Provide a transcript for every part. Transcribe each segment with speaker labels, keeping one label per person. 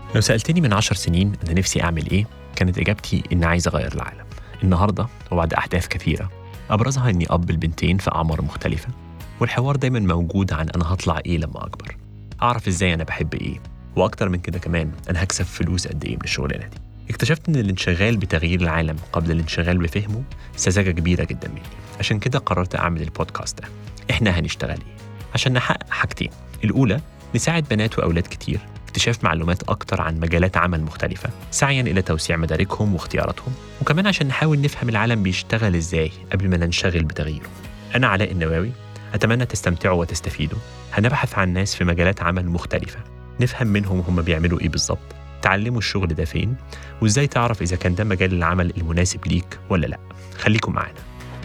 Speaker 1: لو سألتني من 10 سنين أنا نفسي أعمل إيه، كانت إجابتي إن عايز أغير العالم. النهاردة وبعد أحداث كثيرة أبرزها إني أب البنتين في أعمار مختلفة، والحوار دايما موجود عن أنا هطلع إيه لما أكبر، أعرف إزاي أنا بحب إيه، وأكتر من كده كمان أنا هكسب فلوس قد إيه من الشغلانة دي. اكتشفت إن الانشغال بتغيير العالم قبل الانشغال بفهمه سذاجة كبيرة جدا مني. عشان كده قررت أعمل البودكاست ده. إحنا هنشتغل إيه؟ عشان نحقق حاجتين. الأولى، نساعد بنات وأولاد كتير اكتشاف معلومات أكتر عن مجالات عمل مختلفة سعياً إلى توسيع مداركهم واختياراتهم، وكمان عشان نحاول نفهم العالم بيشتغل إزاي قبل ما ننشغل بتغييره. أنا علاء النواوي، أتمنى تستمتعوا وتستفيدوا. هنبحث عن ناس في مجالات عمل مختلفة، نفهم منهم هم بيعملوا إيه بالظبط، تعلموا الشغل ده فين، وإزاي تعرف إذا كان ده مجال العمل المناسب ليك ولا لأ. خليكم معانا.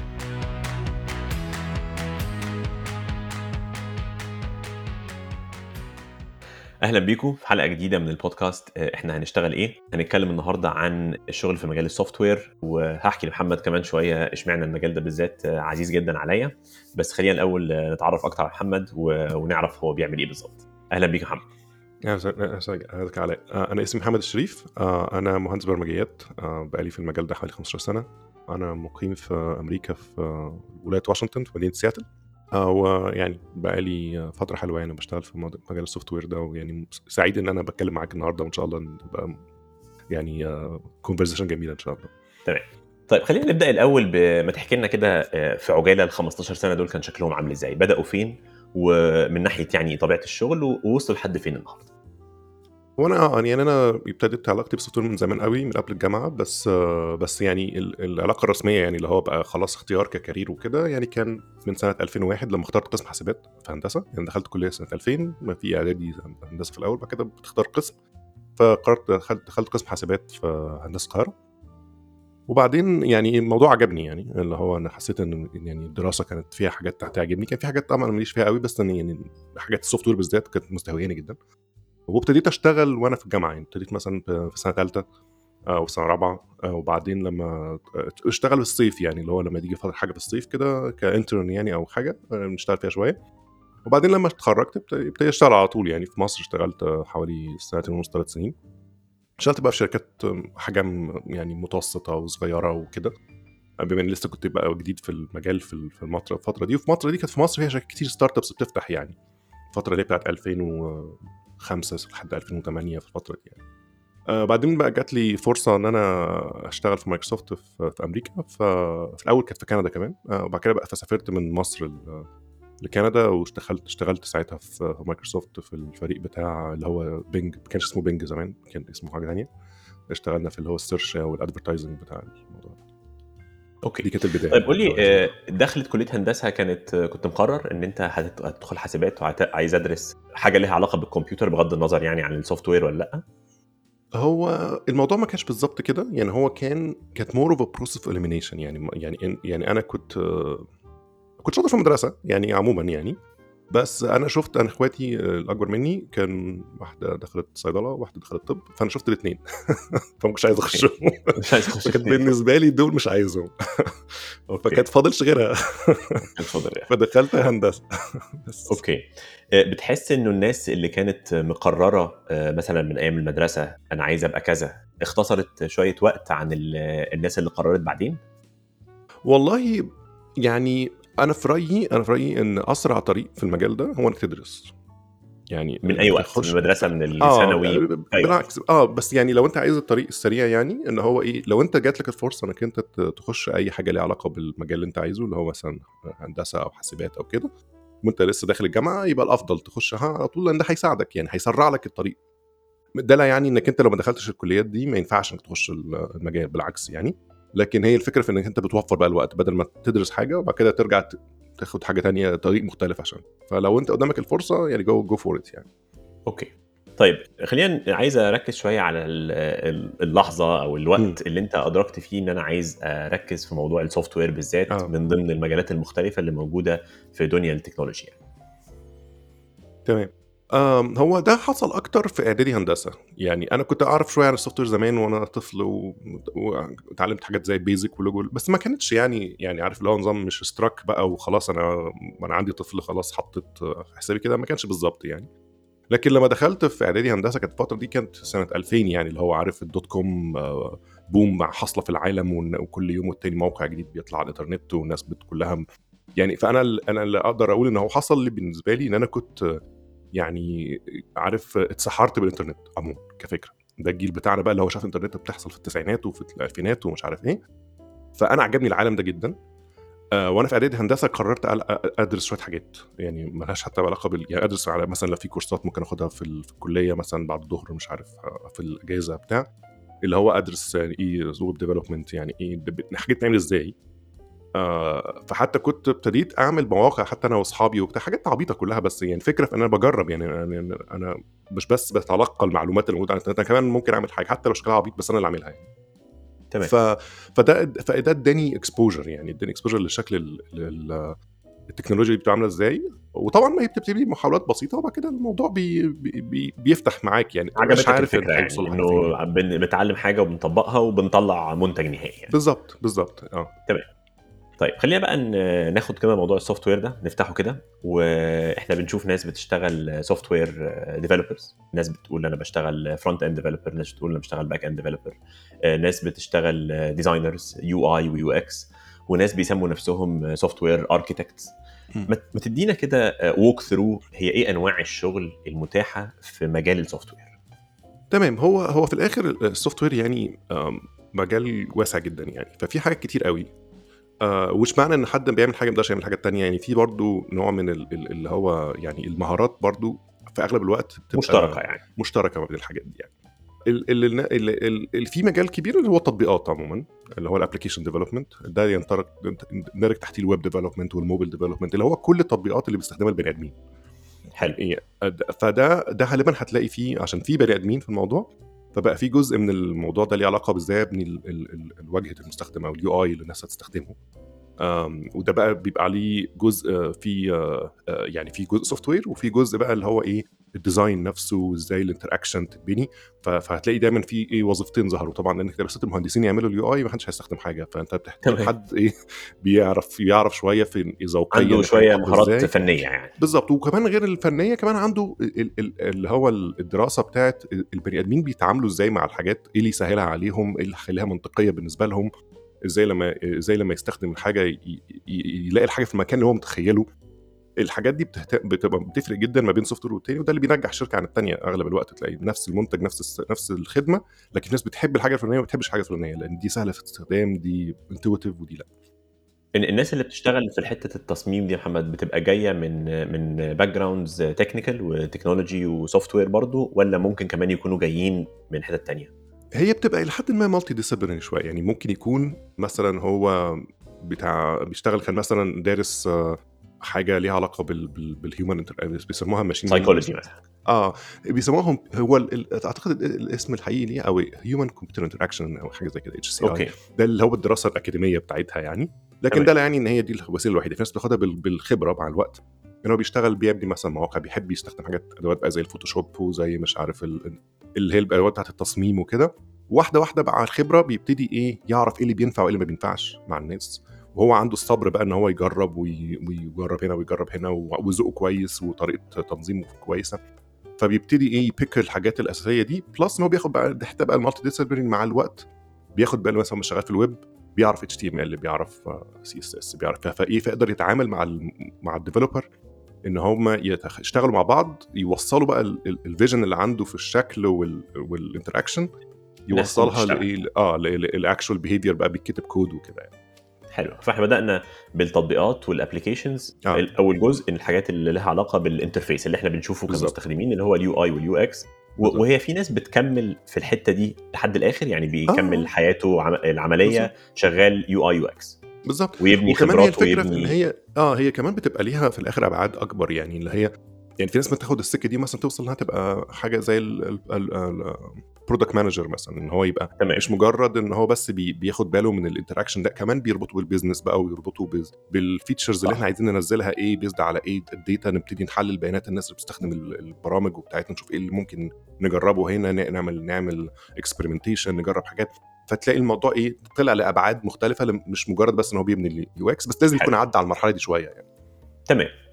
Speaker 1: اهلا بيكم في حلقه جديده من البودكاست. احنا هنشتغل ايه. هنتكلم النهارده عن الشغل في مجال السوفت وير، وهحكي لمحمد كمان شويه اشمعنى المجال ده بالذات عزيز جدا عليا. بس خلينا الاول نتعرف اكتر على محمد ونعرف هو بيعمل ايه بالظبط. اهلا بيك يا محمد.
Speaker 2: أهلا علاء. أنا اسمي محمد الشريف. أنا مهندس برمجيات. بقالي في المجال ده حوالي 15 سنة. أنا مقيم في أمريكا في ولاية واشنطن في مدينة سياتل. ويعني بقالي فترة حلوة يعني بشتغل في مجال السوفت وير ده، ويعني سعيد إن أنا بتكلم معاك النهاردة، وإن شاء الله نبقى يعني كونفرزيشن جميلة إن شاء الله.
Speaker 1: تمام. طيب خلينا نبدا الاول بما تحكي لنا كده في عجاله ال 15 سنه دول كان شكلهم عامل ازاي، بداوا فين، ومن ناحيه يعني طبيعه الشغل ووصلوا لحد فين النهارده.
Speaker 2: وانا يعني انا ابتديت علاقتي بالسوفت وير من زمان قوي، من قبل الجامعه، بس يعني العلاقه الرسميه يعني اللي هو بقى خلاص اختيار ككارير وكده، يعني كان من سنه 2001 لما اخترت قسم حاسبات في هندسه. يعني دخلت كليه سنه 2000، ما في اعدادي هندسه في الاول، بعد كده بتختار قسم. فقررت دخلت قسم حاسبات في هندسه القاهره. وبعدين يعني الموضوع عجبني، يعني اللي هو انا حسيت ان يعني الدراسه كانت فيها حاجات تعجبني. كان في حاجات طبعا ماليش فيها قوي، بس يعني حاجات السوفت وير بالذات كانت مستهوياني جدا. وابتديت اشتغل وانا في الجامعه، يعني ابتديت مثلا في سنه ثالثه او سنه رابعه. وبعدين لما اشتغل في الصيف، يعني اللي هو لما تيجي فتره حاجه في الصيف كده كانترن يعني او حاجه نشتغل فيها شويه. وبعدين لما اتخرجت ابتديت اشتغل على طول. يعني في مصر اشتغلت حوالي سنتين ونص 3 سنين. اشتغلت بقى في شركات حجم يعني متوسطه وصغيره وكده، بما ان لسه كنت بقى جديد في المجال في الفتره دي. وفي الفتره دي كانت في مصر فيها شركات كتير ستارت ابس بتفتح، يعني الفتره اللي بتاعت 2005 لحد 2008 في الفتره دي يعني. بعدين بقى جات لي فرصه ان انا اشتغل في مايكروسوفت في امريكا. في الاول كانت في كندا كمان. وبعد كده بقى فسافرت من مصر لكندا، اشتغلت ساعتها في مايكروسوفت في الفريق بتاع اللي هو بينج. ما كانش اسمه بينج زمان، كان اسمه حاجه ثانيه. اشتغلنا في اللي هو السيرش والادفرتايزنج بتاع الموضوع ده.
Speaker 1: اوكي.
Speaker 2: دي كانت البدايه
Speaker 1: طيب
Speaker 2: يعني
Speaker 1: قول لي،
Speaker 2: بتاعت
Speaker 1: دخلت كليه هندسه كنت مقرر ان انت هتدخل حاسبات وعايز ادرس حاجه ليها علاقه بالكمبيوتر بغض النظر يعني عن السوفت وير ولا لا؟
Speaker 2: هو الموضوع ما كانش بالظبط كده. يعني هو كانت مور اوف ا بروسيس اوف اليمينيشن. يعني انا كنت شاطر في المدرسه يعني عموما يعني. بس انا شفت انا اخواتي الاكبر مني كان واحده دخلت صيدله وواحده دخلت طب، فانا شفت الاثنين فما كنتش عايز
Speaker 1: اوكي.
Speaker 2: اخشهم.
Speaker 1: مش عايز اخش
Speaker 2: فكان
Speaker 1: الاثنين.
Speaker 2: بالنسبه لي دول مش عايزهم.
Speaker 1: اوكي.
Speaker 2: فكانت فاضلش غيرها.
Speaker 1: اتفضل يعني.
Speaker 2: فدخلت هندسه بس.
Speaker 1: اوكي. بتحس انه الناس اللي كانت مقرره مثلا من ايام المدرسه انا عايز ابقى كذا اختصرت شويه وقت عن الناس اللي قررت بعدين؟
Speaker 2: والله يعني انا في رايي ان اسرع طريق في المجال ده هو انك تدرس. يعني
Speaker 1: من اي وقت، من
Speaker 2: تخش
Speaker 1: المدرسه، من الثانوي، في اي وقت.
Speaker 2: بالعكس. بس يعني لو انت عايز الطريق السريع، يعني ان هو ايه، لو انت جات لك الفرصه انك انت تخش اي حاجه ليها علاقه بالمجال اللي انت عايزه، اللي هو مثلا هندسه او حاسبات او كده، وانت لسه داخل الجامعه، يبقى الافضل تخشها على طول، لان ده هيساعدك، يعني هيسرع لك الطريق. ده لا يعني انك انت لو ما دخلتش الكليات دي ما ينفعش انك تخش المجال، بالعكس يعني. لكن هي الفكره في انك انت بتوفر بقى الوقت، بدل ما تدرس حاجه وبعد كده ترجع تاخد حاجه تانية، طريق مختلف. عشان فلو انت قدامك الفرصه يعني جو فور ات يعني.
Speaker 1: اوكي. طيب خلينا، عايز اركز شويه على اللحظه او
Speaker 2: امم
Speaker 1: الوقت اللي انت ادركت فيه ان انا عايز اركز في موضوع السوفت وير بالذات
Speaker 2: اه
Speaker 1: من ضمن المجالات المختلفه اللي موجوده في دنيا التكنولوجيا.
Speaker 2: تمام. هو ده حصل اكتر في اعدادي هندسه. يعني انا كنت اعرف شويه عن السوفت وير زمان وانا طفل، واتعلمت حاجات زي بيزك ولوجو، بس ما كانتش يعني عارف اللي هو نظام مش اشتراك بقى وخلاص. انا عندي طفل خلاص حطيت حسابي كده، ما كانش بالظبط يعني. لكن لما دخلت في اعدادي هندسه كانت الفتره دي كانت سنه 2000 يعني اللي هو عارف الدوت كوم بوم مع حصله في العالم وكل يوم والتاني موقع جديد بيطلع على الانترنت والناس كلها يعني. فانا انا اللي اقدر اقول ان هو حصل لي بالنسبه لي ان انا كنت يعني عارف اتسحرت بالانترنت عموما كفكره. ده الجيل بتاعنا بقى اللي هو شاف الانترنت بتحصل في التسعينات وفي الالفينات ومش عارف ايه. فانا عجبني العالم ده جدا. وانا في اعدادي هندسه قررت ادرس شويه حاجات يعني ملهاش حتى علاقه يعني ادرس على مثلا لو في كورسات ممكن اخدها في الكليه مثلا بعد الظهر مش عارف في الاجازه بتاع اللي هو ادرس يعني ايه ويب ديفلوبمنت يعني ايه حاجات تعمل ازاي. فحتى كنت ابتديت اعمل مواقع حتى انا واصحابي وبتاع حاجات عبيطه كلها بس يعني فكره في ان انا بجرب يعني انا مش بس بتلقى المعلومات اللي موجوده على الانترنت، انا كمان ممكن اعمل حاجه حتى لو شكلها عبيط بس انا اللي اعملها يعني.
Speaker 1: تمام.
Speaker 2: فده اداني اكسبوجر يعني اداني اكسبوجر للشكل التكنولوجيا دي بتبقى عامله ازاي. وطبعا ما هي بتبتدي محاولات بسيطه وبعد كده الموضوع بيفتح معاك يعني انت مش
Speaker 1: عجبتك
Speaker 2: عارف انت
Speaker 1: الفكره
Speaker 2: هيوصل
Speaker 1: يعني
Speaker 2: لحاجه فين
Speaker 1: انه
Speaker 2: يعني.
Speaker 1: بنتعلم حاجه وبنطبقها وبنطلع منتج نهائي يعني.
Speaker 2: بالظبط
Speaker 1: تمام. طيب خلينا بقى ناخد كده موضوع السوفت وير ده نفتحه كده، واحنا بنشوف ناس بتشتغل سوفت وير ديفلوبرز، ناس بتقول انا بشتغل فرونت اند ديفلوبر، ناس بتقول انا بشتغل باك اند ديفلوبر، ناس بتشتغل ديزاينرز يو اي ويو اكس، وناس بيسموا نفسهم سوفت وير اركيتكتس. ما تدينا كده ووك ثرو هي ايه انواع الشغل المتاحه في مجال السوفت وير؟
Speaker 2: تمام. هو في الاخر السوفت وير يعني مجال واسع جدا يعني ففي حاجات كتير قوي. ومش معنى ان حد بيعمل حاجه ما يقدرش يعمل حاجه تانية يعني في برضو نوع من اللي هو يعني المهارات برضو في اغلب الوقت
Speaker 1: مشتركه
Speaker 2: بتبقى
Speaker 1: يعني.
Speaker 2: مشتركه ما بين الحاجات دي يعني. اللي في مجال كبير اللي هو التطبيقات عموما اللي هو الابلكيشن ديفلوبمنت ده يندرج تحتيه الويب ديفلوبمنت والموبايل ديفلوبمنت اللي هو كل التطبيقات اللي بيستخدمها البني ادمين.
Speaker 1: حلو.
Speaker 2: فده غالبا هتلاقي فيه عشان في بني ادمين في الموضوع فبقى في جزء من الموضوع ده ليه علاقه بازاي ابني الواجهه المستخدم او اليو اي اللي الناس هتستخدمه. وده بقى بيبقى عليه جزء في يعني في جزء سوفت وير وفي جزء بقى اللي هو ايه الديزاين نفسه وازاي الانتراكشن تتبني. فهتلاقي دايما في ايه وظيفتين ظهروا طبعا لان كده بس المهندسين يعملوا اليو اي ما حدش هيستخدم حاجه فانت بتحتاج
Speaker 1: تمام.
Speaker 2: حد ايه يعرف شويه في ذوقيا
Speaker 1: عنده
Speaker 2: الحاجه
Speaker 1: شويه
Speaker 2: بتتحط
Speaker 1: مهارات
Speaker 2: ازاي.
Speaker 1: فنيه يعني.
Speaker 2: بالظبط. وكمان غير الفنيه كمان عنده اللي هو الدراسه بتاعت البني ادمين بيتعاملوا ازاي مع الحاجات ايه اللي يسهلها عليهم ايه اللي يخليها منطقيه بالنسبه لهم ازاي لما يستخدم الحاجه يلاقي الحاجه في المكان اللي هو متخيله. الحاجات دي بتفرق جدا ما بين سوفت وير والتاني وده اللي بينجح الشركه عن التانيه. اغلب الوقت تلاقي نفس المنتج نفس الخدمه لكن الناس بتحب الحاجه الفلانيه وما بتحبش الحاجه الفلانيه لان دي سهله في الاستخدام دي انتويتيف ودي لا.
Speaker 1: الناس اللي بتشتغل في حته التصميم دي يا محمد بتبقى جايه من باك جراوندز تكنيكال وتكنولوجي وسوفت وير برضو، ولا ممكن كمان يكونوا جايين من حتت تانية؟
Speaker 2: هي بتبقى الى حد ما مالتي ديسيبلينري شويه يعني ممكن يكون مثلا هو بيشتغل كان مثلا دارس حاجه ليها علاقه بالهيومن بيسموها ماشين
Speaker 1: سايكولوجي مثلا.
Speaker 2: بيسموهم هو اعتقد الاسم الحقيقي ليه او هيومن كمبيوتر انتراكشن او حاجه زي كده HCI.
Speaker 1: اوكي.
Speaker 2: ده اللي هو الدراسه الاكاديميه بتاعتها يعني لكن
Speaker 1: تمام.
Speaker 2: ده لا يعني ان هي دي الوسيله الوحيده. في ناس بتاخدها بالخبره مع الوقت ان هو بيشتغل بيبني مثلا مواقع بيحب يستخدم حاجات ادوات بقى زي الفوتوشوب وزي مش عارف اللي هي الادوات بتاعت التصميم وكده. واحده واحده بقى على الخبره بيبتدي ايه يعرف ايه اللي بينفع وايه اللي ما بينفعش مع الناس وهو عنده الصبر بقى ان هو يجرب ويجرب هنا ويجرب هنا وذوقه كويس وطريقه تنظيمه كويسه. فبيبتدي ايه يبيك الحاجات الاساسيه دي بلس ان هو بياخد بقى حته بقى المالتي ديسيبلينري مع الوقت. بياخد بقى مثلا مش شغال في الويب بيعرف HTML بيعرف CSS بيعرف فايه فيقدر يتعامل مع الديفلوبر ان هم يشتغلوا مع بعض يوصلوا بقى الفيجن اللي عنده في الشكل والانتراكشن يوصلها لايه الاكشوال بيهيفير بقى بيتكتب كود وكده يعني.
Speaker 1: حلو. فاحنا بدأنا بالتطبيقات والابليكيشنز. اول جزء الحاجات اللي لها علاقه بالانترفيس اللي احنا بنشوفه كمستخدمين اللي هو اليو اي واليو اكس. وهي في ناس بتكمل في الحته دي لحد الاخر يعني بيكمل حياته العمليه بالزبط. شغال يو اي يو اكس
Speaker 2: بالظبط.
Speaker 1: ويبني
Speaker 2: وكمان هي الفكره
Speaker 1: ويبني...
Speaker 2: في ان هي كمان بتبقى ليها في الاخر ابعاد اكبر يعني اللي هي يعني في ناس ما تاخد السكه دي مثلا توصل انها تبقى حاجه زي البرودكت مانجر مثلا ان هو يبقى
Speaker 1: تمام.
Speaker 2: مش مجرد ان هو بس بياخد باله من الانتراكشن ده كمان بيربطه بالبيزنس بقى ويربطه بالفيتشرز اللي احنا عايزين ننزلها ايه بيزد على ايه الداتا نبتدي نحلل بيانات الناس اللي بتستخدم البرامج وبتاعتنا نشوف ايه اللي ممكن نجربه هنا نعمل اكسبيرمنتيشن نجرب حاجات. فتلاقي الموضوع ايه طلع لابعاد مختلفه مش مجرد بس ان هو بيبني اليو اكس بس لازم يكون عدى على المرحله دي شويه يعني.
Speaker 1: تمام.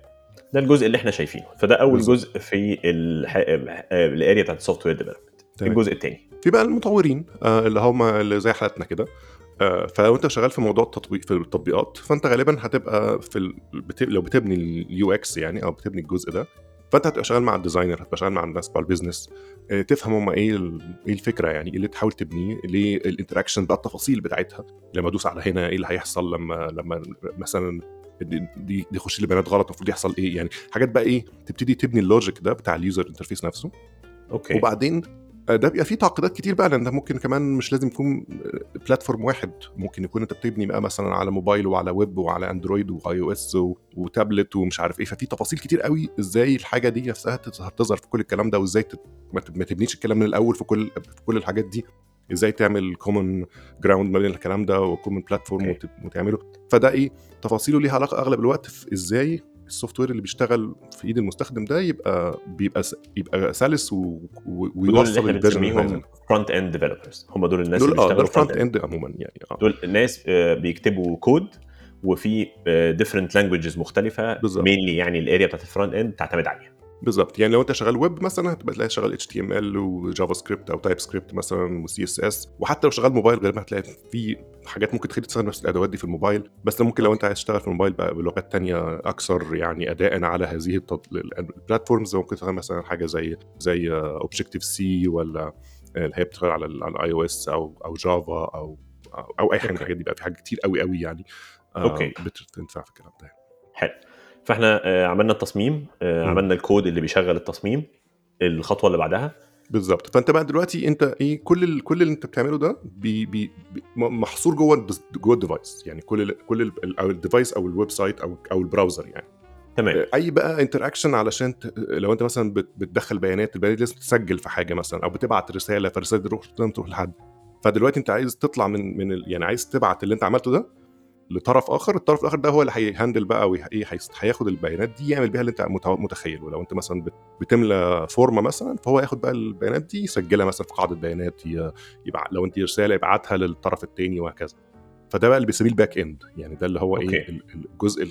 Speaker 3: ده الجزء اللي احنا شايفينه. فده اول
Speaker 2: بالظبط.
Speaker 3: جزء في الاريا بتاعت السوفت وير ديفلوبمنت.
Speaker 2: تمام.
Speaker 3: الجزء الثاني
Speaker 2: في بقى المطورين اللي هم اللي زي حالتنا كده. فلو انت شغال في موضوع التطبيق في التطبيقات، فانت غالبا هتبقى لو بتبني اليو اكس يعني، او بتبني الجزء ده، فانت هتبقى شغال مع الديزاينر، هتبقى شغال مع الناس بتوع البيزنس، تفهم هم ايه ايه الفكره يعني، ايه اللي تحاول تبنيه، ليه الانتراكشن بقى، التفاصيل بتاعتها، لما ادوس على هنا ايه اللي هيحصل، لما مثلا دي يخش لي بيانات غلط المفروض يحصل ايه يعني، حاجات بقى ايه، تبتدي تبني اللوجيك ده بتاع اليوزر انترفيس نفسه.
Speaker 3: اوكي.
Speaker 2: وبعدين ده بيبقى فيه تعقيدات كتير بقى، لان ده ممكن كمان مش لازم يكون بلاتفورم واحد، ممكن يكون انت بتبني بقى مثلا على موبايل وعلى ويب وعلى اندرويد واي او اس وتابلت ومش عارف ايه، ففي تفاصيل كتير قوي ازاي الحاجه دي نفسها تظهر في كل الكلام ده، وازاي ما تبنيش الكلام من الاول في كل الحاجات دي، ازاي تعمل كومن جراوند ما بين الكلام ده وكومن بلاتفورم وتعمله. فده ايه، تفاصيله ليها علاقه اغلب الوقت في ازاي السوفت وير اللي بيشتغل في ايد المستخدم ده بيبقى سلس ويوصل الفيجن اللي
Speaker 3: بنسميهم فرونت اند ديفلوبرز. هم دول الناس اللي
Speaker 2: دول
Speaker 3: بيشتغلوا
Speaker 2: فرونت اند عموما يعني.
Speaker 3: دول الناس بيكتبوا كود، وفي different languages مختلفه mainly، يعني الاريا بتاعت الفرونت اند تعتمد عليها.
Speaker 2: بالظبط. يعني لو انت شغال ويب مثلا هتبقى تلاقي شغال HTML وجافا سكريبت او تايب سكريبت مثلا وسي اس اس، وحتى لو شغال موبايل غالبا هتلاقي في حاجات ممكن تخليك تستخدم نفس الادوات دي في الموبايل، بس ممكن لو انت عايز تشتغل في الموبايل بقى بلغات تانية اكثر يعني اداء على هذه البلاتفورمز، ممكن تشتغل مثلا حاجه زي اوبجكتيف سي، ولا اللي هي بتشتغل على الاي او اس او جافا او اي حاجه من الحاجات دي. بقى في حاجات كتير قوي يعني بتنفع في الكلام ده.
Speaker 3: حلو. فاحنا عملنا التصميم، عملنا الكود اللي بيشغل التصميم. الخطوه اللي بعدها
Speaker 2: بالظبط. فانت بقى دلوقتي انت ايه، كل اللي انت بتعمله ده محصور جوه الديفايس، يعني كل او الديفايس او الويب سايت او البراوزر يعني.
Speaker 3: تمام.
Speaker 2: اي بقى انتراكشن علشان لو انت مثلا بتدخل البيانات لازم تسجل في حاجه مثلا، او بتبعت رساله، فالرساله دي تروح لحد. فدلوقتي انت عايز تطلع من يعني عايز تبعت اللي انت عملته ده لطرف اخر، الطرف الاخر ده هو اللي هيهندل بقى هياخد البيانات دي يعمل بيها اللي انت متخيل. ولو انت مثلا بتملى فورمه مثلا، فهو ياخد بقى البيانات دي يسجلها مثلا في قاعده بيانات، يبقى لو انت رساله يبعتها للطرف الثاني وهكذا. فده بقى اللي بيسميه الباك اند، يعني ده اللي هو ايه الجزء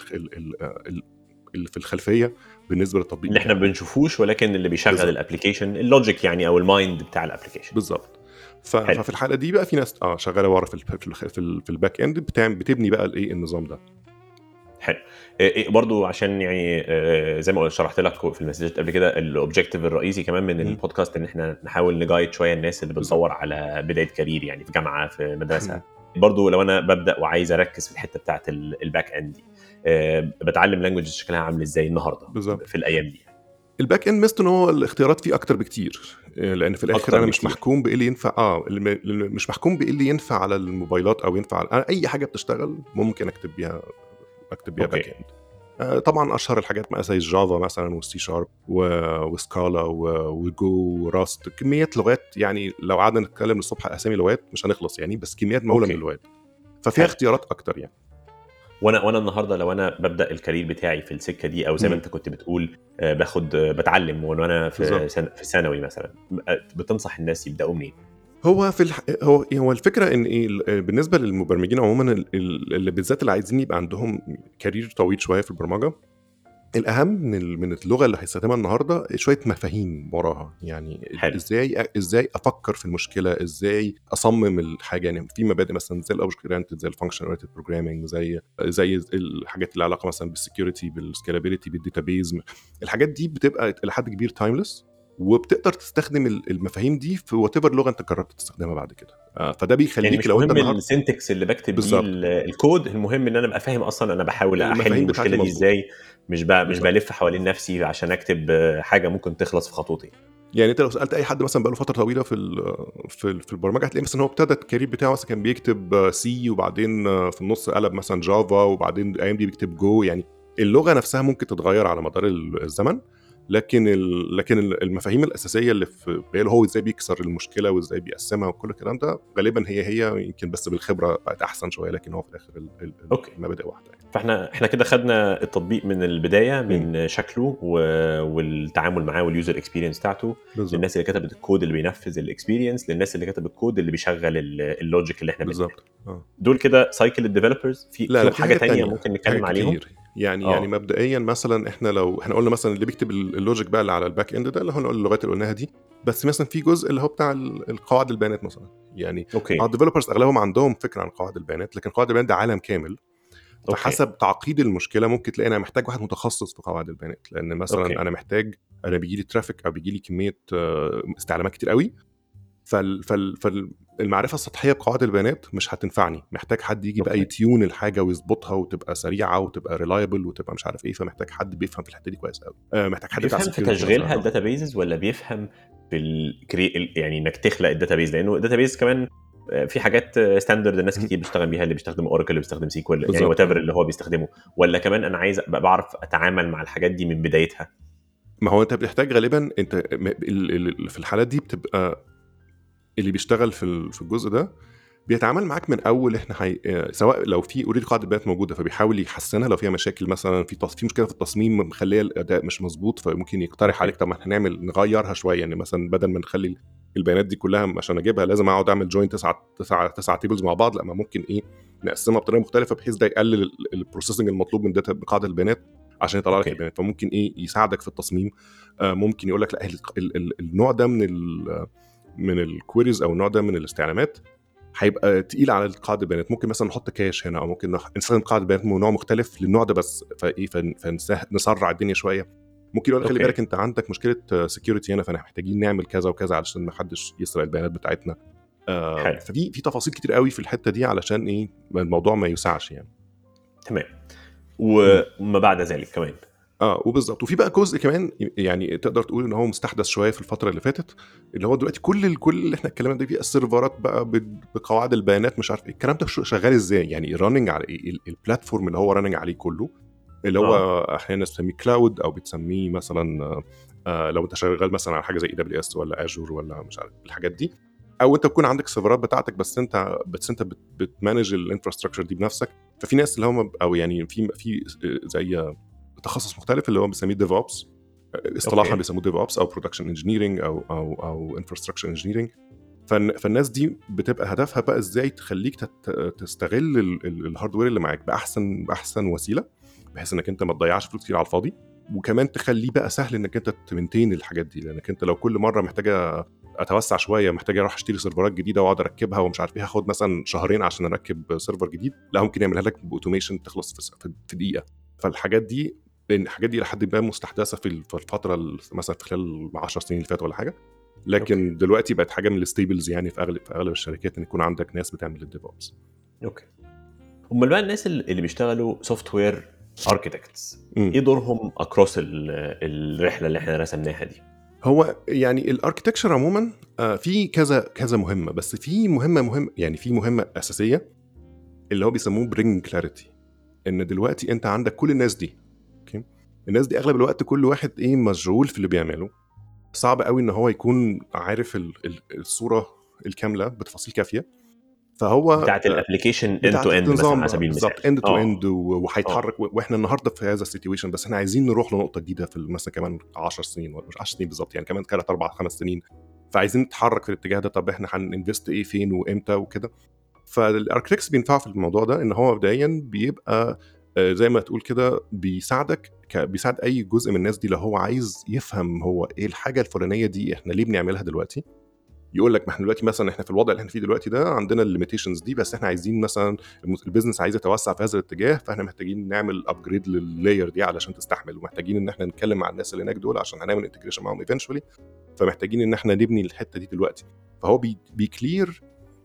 Speaker 2: اللي في الخلفيه بالنسبه للتطبيق
Speaker 3: اللي احنا بنشوفوش، ولكن اللي بيشغل الابلكيشن، اللوجيك يعني، او المايند بتاع الابلكيشن.
Speaker 2: بالظبط. ففي الحاله دي بقى في ناس شغاله ورا في الباك اند بتبني بقى الايه النظام ده.
Speaker 3: حلو. برضو عشان يعني زي ما شرحت لك في المسجات قبل كده، الاوبجيكتيف الرئيسي كمان من البودكاست ان احنا نحاول نجايد شويه الناس اللي بتدور على بدايه كارير، يعني في جامعه، في مدرسه. برضو لو انا ببدا وعايز اركز في الحته بتاعه الباك اند دي، بتعلم لانجويج شكلها عامل ازاي النهارده
Speaker 2: بالزبط.
Speaker 3: في الايام دي؟
Speaker 2: الباك اند ميزته ان هو الاختيارات فيه اكتر بكتير، لان في الاخر انا مش محكوم بايه اللي ينفع، مش محكوم بايه اللي ينفع على الموبايلات او ينفع على اي حاجه بتشتغل ممكن اكتب بيها باك اند. طبعا اشهر الحاجات مثلا زي الجافا مثلا والسي شارب وسكالا وجو وراست، كميات لغات يعني لو قعدنا نتكلم الصبح اسامي لغات مش هنخلص يعني، بس كميات مهوله من اللغات، ففيها اختيارات اكتر يعني.
Speaker 3: وانا النهارده لو انا ببدا الكارير بتاعي في السكه دي، او زي ما انت كنت بتقول بتعلم وانا في ثانوي مثلا، بتنصح الناس يبداوا منين؟
Speaker 2: هو الفكره ان ايه بالنسبه للمبرمجين عموما، اللي بالذات اللي عايزين يبقى عندهم كارير طويل شويه في البرمجه، الاهم من اللغه اللي هيستخدمها النهارده شويه مفاهيم وراها، يعني
Speaker 3: حلو.
Speaker 2: ازاي افكر في المشكله، ازاي اصمم الحاجه، يعني في مبادئ مثلا زي الاوبجكت اورينتد، زي الفانكشن اورينتد بروجرامينج، زي الحاجات اللي علاقه مثلا بالسكيورتي، بالسكيلابيلتي، بالداتابيز. الحاجات دي بتبقى لحد كبير تايمليس، وبتقدر تستخدم المفاهيم دي في واتيفر لغه انت قررت تستخدمها بعد كده. فده بيخليك
Speaker 3: يعني مش
Speaker 2: لو انت
Speaker 3: مهم السنتكس اللي بكتب بيه الكود، المهم ان انا ابقى فاهم اصلا انا بحاول احل المشكله دي ازاي، مش بلف حوالين نفسي عشان اكتب حاجه ممكن تخلص في خطوتين.
Speaker 2: يعني انت لو سالت اي حد مثلا بقاله فتره طويله في البرمجه، هتلاقي مثلا هو ابتدى الكارير بتاعه مثلا كان بيكتب سي، وبعدين في النص قلب مثلا جافا، وبعدين الايام دي بيكتب جو. يعني اللغه نفسها ممكن تتغير على مدار الزمن، لكن المفاهيم الاساسيه اللي هو ازاي بيكسر المشكله وازاي بيقسمها وكل الكلام ده غالبا هي يمكن بس بالخبره بقت احسن شويه، لكن هو في الاخر المبادئ واحده يعني.
Speaker 3: فاحنا كده خدنا التطبيق من البدايه، من شكله والتعامل معاه واليوزر اكسبيرينس بتاعته، للناس اللي كتبت الكود اللي بينفذ الاكسبيرينس، للناس اللي كتبت الكود اللي بيشغل اللوجيك اللي احنا بنعمله. دول كده سايكل الديفلوبرز. في حاجه تانية ممكن نتكلم عليهم؟
Speaker 2: يعني مبدئيا مثلا احنا لو احنا قلنا مثلا اللي بيكتب اللوجيك بقى اللي على الباك اند ده اللي هنقول اللغات اللي قلناها دي، بس مثلا في جزء اللي هو بتاع القواعد البيانات مثلا. يعني الديفلوبرز اغلبهم عندهم فكره عن قواعد البيانات، لكن قواعد البيانات ده عالم كامل. فحسب تعقيد المشكله ممكن تلاقي انا محتاج واحد متخصص في قواعد البيانات، لان مثلا انا بيجي لي ترافيك او بيجي لي كميه استعلامات كتير قوي. فالمعرفه السطحيه بقواعد البيانات مش هتنفعني، محتاج حد يجي بقى يتيون الحاجه ويظبطها وتبقى سريعه وتبقى ريلايبل وتبقى مش عارف ايه. فمحتاج حد بيفهم في الحته دي كويس قوي. محتاج حد
Speaker 3: بيفهم في تشغيلها الداتابيزز، ولا بيفهم في يعني انك تخلق الداتابيز؟ لانه الداتابيز كمان في حاجات ستاندرد الناس كتير بيشتغل بيها، اللي بيستخدم اوراكل، اللي بيستخدم سيكوال، يعني وات ايفر اللي هو بيستخدمه. ولا كمان انا عايز ابقى بعرف اتعامل مع الحاجات دي من بدايتها؟
Speaker 2: ما هو انت بتحتاج غالبا، انت في الحالات دي بتبقى اللي بيشتغل في الجزء ده بيتعامل معاك من اول. احنا سواء لو في اوريدي قاعده بيانات موجوده فبيحاول يحسنها، لو فيها مشاكل مثلا في مشكله في التصميم مخليه الاداء مش مظبوط، فممكن يقترح عليك طب ما احنا نغيرها شويه. يعني مثلا بدل ما نخلي البيانات دي كلها عشان اجيبها لازم اقعد اعمل جوين 9 تيبلز مع بعض، لا ما ممكن نقسمها بطريقه مختلفه بحيث ده يقلل البروسيسنج المطلوب من داتا قاعده البيانات عشان يطلع لك البيانات. فممكن يساعدك في التصميم. ممكن يقول لك لا النوع ده من الكويريز او النوع ده من الاستعلامات هيبقى تقيل على القاعده البيانات، ممكن مثلا نحط كاش هنا، او ممكن نستخدم قاعده بيانات من نوع مختلف للنوع ده بس. فنسرع الدنيا شويه. ممكن يقول خلي بالك انت عندك مشكله سكيورتي هنا، فاحنا محتاجين نعمل كذا وكذا علشان ما حدش يسرق البيانات بتاعتنا. ففي تفاصيل كتير قوي في الحته دي علشان الموضوع ما يوسعش يعني.
Speaker 3: تمام. وما بعد ذلك كمان
Speaker 2: وبالظبط. وفي بقى جزء كمان يعني تقدر تقول ان هو مستحدث شويه في الفتره اللي فاتت، اللي هو دلوقتي كل اللي احنا اتكلمنا ده فيه السيرفرات بقى بقواعد البيانات مش عارف ايه الكلام ده شغال ازاي، يعني راننج على البلاتفورم اللي هو راننج عليه كله، اللي هو احيانا بتسميه كلاود او بتسميه مثلا لو انت شغال مثلا على حاجه زي AWS ولا اجور ولا مش عارف الحاجات دي، او انت تكون عندك السيرفرات بتاعتك بس انت بتمانج الانفراستراكشر دي بنفسك. ففي ناس اللي هم او يعني في زي تخصص مختلف اللي هو بنسميه ديف اوبس، اصطلاحا بيسموه ديف اوبس او برودكشن انجينيرنج او انفراستراكشر انجينيرنج. فالناس دي بتبقى هدفها بقى ازاي تخليك تستغل الهاردوير اللي معاك باحسن وسيله، بحيث انك انت ما تضيعش فلوس كتير على الفاضي، وكمان تخليه بقى سهل انك انت تمنتين الحاجات دي. لانك انت لو كل مره محتاجه اتوسع شويه، محتاجه اروح اشتري سيرفرات جديده واقعد اركبها ومش عارف ايه، هاخد مثلا شهرين عشان اركب سيرفر جديد، لا ممكن يعملها لك باوتوميشن تخلص في دقيقه. فالحاجات دي لحد ما مستحدثه في الفتره مثلا في خلال 10 سنين اللي فاتوا ولا حاجه، لكن دلوقتي بقت حاجه من الستيبلز يعني في اغلب الشركات ان يكون عندك ناس بتعمل الديف اوبس.
Speaker 3: امال بقى الناس اللي بيشتغلوا سوفت وير اركيتكتس ايه دورهم اكروس الرحله اللي احنا رسمناها دي؟
Speaker 2: هو يعني الاركيتكتشر عموما في كذا مهمه، بس في مهمه يعني في مهمه اساسيه اللي هو بيسموه برينج كلاريتي. ان دلوقتي انت عندك كل الناس دي، اوكي، الناس دي اغلب الوقت كل واحد مشغول في اللي بيعمله، صعب قوي ان هو يكون عارف الصوره الكامله بتفاصيل كافيه. فهو
Speaker 3: بتاعه الابلكيشن اند تو اند مثلا على سبيل المثال،
Speaker 2: بالظبط اند تو اند، وهيتحرك. واحنا النهارده في هذا السيتويشن، بس احنا عايزين نروح لنقطه جديده في مثلا كمان 10 سنين، ولا مش 10 سنين بالظبط، يعني كمان 3 4 5 سنين، فعايزين نتحرك في الاتجاه ده. طب احنا هننفست ايه فين وامتى وكده. فالاركتكتس بينفعوا في الموضوع ده، ان هو مبدئيا بيبقى زي ما تقول كده بيساعد اي جزء من الناس دي لو هو عايز يفهم هو ايه الحاجه الفلانيه دي احنا ليه بنعملها دلوقتي. يقول لك ما احنا دلوقتي مثلا احنا في الوضع اللي احنا فيه دلوقتي ده عندنا الليميتيشنز دي، بس احنا عايزين مثلا البيزنس عايز يتوسع في هذا الاتجاه، فاحنا محتاجين نعمل ابجريد لللاير دي علشان تستحمل، ومحتاجين ان احنا نتكلم مع الناس اللي هناك دول عشان هنعمل انتجريشن معاهم ايفنشولي، فمحتاجين ان احنا نبني الحته دي دلوقتي. فهو بيكلير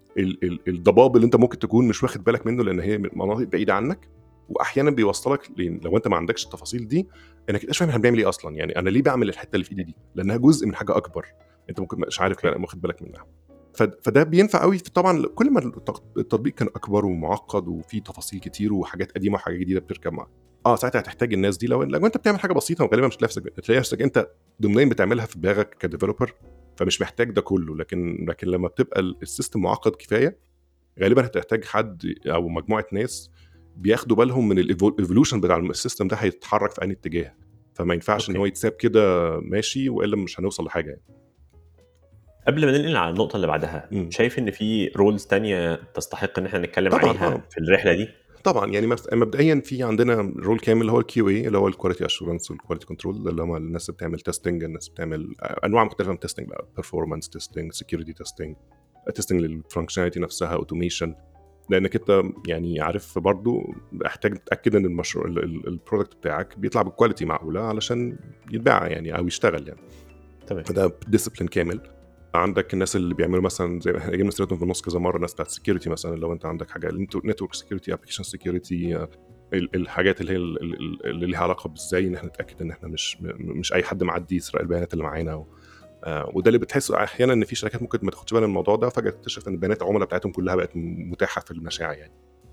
Speaker 2: الضباب اللي انت ممكن تكون مش واخد بالك منه، لان هي مناطق بعيده عنك، واحيانا بيوصلك لو انت ما عندكش التفاصيل دي انك مش فاهم احنا بنعمل ايه اصلا. يعني انا ليه بعمل الحته اللي في ايدي دي؟ لانها جزء من حاجه اكبر انت ممكن مش عارف واخد بالك منها. فده بينفع قوي. طبعا كل ما التطبيق كان اكبر ومعقد وفيه تفاصيل كتير وحاجات قديمه وحاجات جديده بتركب معاك، ساعتها هتحتاج الناس دي. لو انت بتعمل حاجه بسيطه وغالبا مش تلاقي نفسك انت ضمنيا بتعملها في دماغك كديفلوبر، فمش محتاج ده كله. لكن لما بتبقى السيستم معقد كفايه، غالبا هتحتاج حد او مجموعه ناس بياخدوا بالهم من الايفولوشن بتاع السيستم ده هيتحرك في انهي اتجاه. فما ينفعش ان هو يتساب كده ماشي والا مش هنوصل لحاجه يعني.
Speaker 3: قبل ما ننقل على النقطه اللي بعدها، شايف ان في رولز تانية تستحق ان احنا نتكلم عليها في الرحله دي؟
Speaker 2: طبعا يعني مبدئيا في عندنا رول كامل اللي هو الكيو اي، اللي هو الكواليتي اشورنس والكواليتي كنترول، اللي هم الناس اللي بتعمل تيستنج، الناس بتعمل انواع مختلفه من التيستنج بقى، بيرفورمانس تيستنج، سكيورتي تيستنج، تيستنج للفانكشناليتي نفسها، اوتوميشن. لانك انت يعني عارف برضو محتاج تتاكد ان المشروع البرودكت بتاعك بيطلع بالكواليتي معقوله علشان يتباع يعني او يشتغل يعني.
Speaker 3: تمام.
Speaker 2: فده ديسيبلين كامل. عندك الناس اللي بيعملوا مثلا زي ما احنا جبنا سيرتهم في النص كذا مره، الناس بتاعت السكيورتي مثلا، لو انت عندك حاجه نتورك سكيورتي، ابلكيشن سكيورتي، الحاجات اللي هي اللي ليها علاقه بازاي ان احنا نتاكد ان احنا مش اي حد معدي يسرق البيانات اللي معانا. وده اللي بتحسه احيانا ان في شركات ممكن ما تاخدش بالها من الموضوع ده، فجاه تكتشف ان بيانات العملاء بتاعتهم كلها بقت متاحه في المشاريع يعني.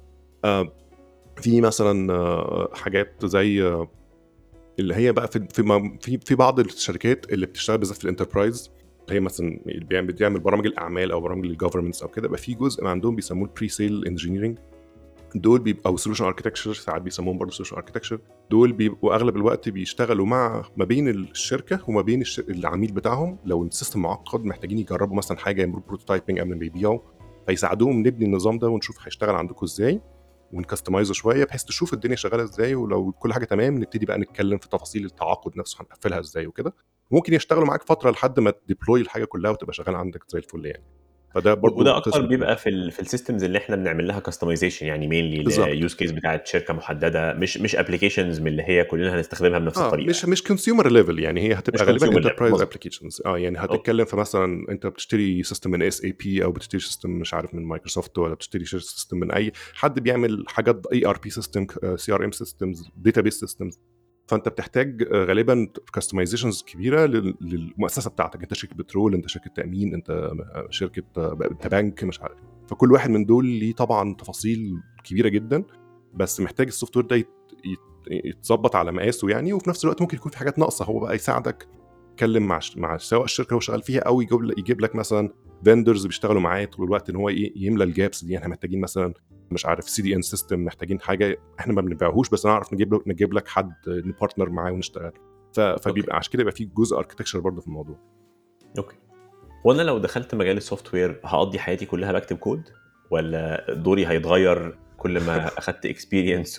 Speaker 2: في مثلا حاجات زي اللي هي بقى في بعض الشركات اللي بتشتغل بالذات في الانتربرايز، اللي هي مثلا بيعمل برامج الاعمال او برامج الجوفرمنتس او كده، بقى في جزء عندهم بيسموه البري سيل انجينيرنج. دول بيبقوا سولوشن اركتكتشر، ساعات بيسموهم برضه سولوشن اركتكتشر. دول بيبقوا اغلب الوقت بيشتغلوا ما بين الشركه وما بين العميل بتاعهم. لو السيستم معقد محتاجين يجربوا مثلا حاجه، يعملوا بروتوتايبنج قبل ما يبيعوا، فيساعدوهم نبني النظام ده ونشوف هيشتغل عندكم ازاي، ونكستمايزه شويه بحيث تشوف الدنيا شغاله ازاي، ولو كل حاجه تمام نبتدي بقى نتكلم في تفاصيل التعاقد نفسه، هنقفلها ازاي وكده. ممكن يشتغلوا معاك فتره لحد ما تديبلوي الحاجه كلها وتبقى شغاله عندك زي الفل يعني. فده برضو
Speaker 3: وده اكتر
Speaker 2: قسم
Speaker 3: بيبقى في السيستمز اللي احنا بنعمل لها كاستمايزيشن، يعني مينلي
Speaker 2: بالظبط.
Speaker 3: ليوز كيس بتاعه شركه محدده، مش ابلكيشنز من اللي هي كلنا هنستخدمها بنفس الطريقه يعني.
Speaker 2: مش كونسيومر ليفل يعني، هي هتبقى
Speaker 3: مش
Speaker 2: غالبا
Speaker 3: كونسيومر ليفل،
Speaker 2: انتربرايز
Speaker 3: مظبوط.
Speaker 2: ابلكيشنز. يعني هتتكلم في مثلا انت بتشتري سيستم من اس اي بي، او بتشتري سيستم مش عارف من مايكروسوفت، ولا بتشتري سيستم من اي حد بيعمل حاجات اي ار بي سيستم، سي ار ام سيستمز، داتابيس سيستمز. فانت بتحتاج غالبا كاستمايزيشنز كبيره للمؤسسه بتاعتك. انت شركه بترول، انت شركه تامين، انت شركه، انت بنك، مش عارف. فكل واحد من دول ليه طبعا تفاصيل كبيره جدا، بس محتاج السوفت وير ده يتظبط على مقاسه يعني. وفي نفس الوقت ممكن يكون في حاجات ناقصه، هو بقى يساعدك تتكلم مع سواء الشركه اللي هو شغال فيها، او يجيب لك مثلا فيندرز بيشتغلوا معاه طول الوقت ان هو يملى الجابس دي. احنا محتاجين مثلا مش عارف سي دي ان سيستم، محتاجين حاجه احنا ما بنبيعهوش بس نعرف نجيب لك حد نبارتنر معاه ونشتغل. فبيبقى عشان كده يبقى في جزء اركتكتشر برضه في الموضوع.
Speaker 3: اوكي. وانا لو دخلت مجال السوفت وير هقضي حياتي كلها بكتب كود، ولا دوري هيتغير كل ما اخدت اكسبيرينس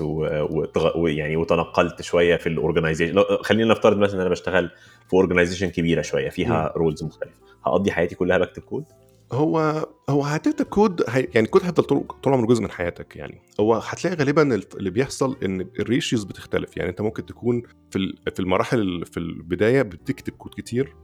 Speaker 3: ويعني وتنقلت شويه في الاورجنايزيشن؟ خلينا نفترض مثلا ان انا بشتغل في اورجنايزيشن كبيره شويه فيها رولز مختلفه، هقضي حياتي كلها بكتب كود؟
Speaker 2: هو هتكتب كود، يعني الكود هيفضل طول عمره جزء من حياتك يعني. هو هتلاقي غالبا اللي بيحصل ان الريشيوز بتختلف. يعني انت ممكن تكون في المراحل في البدايه بتكتب كود كتير،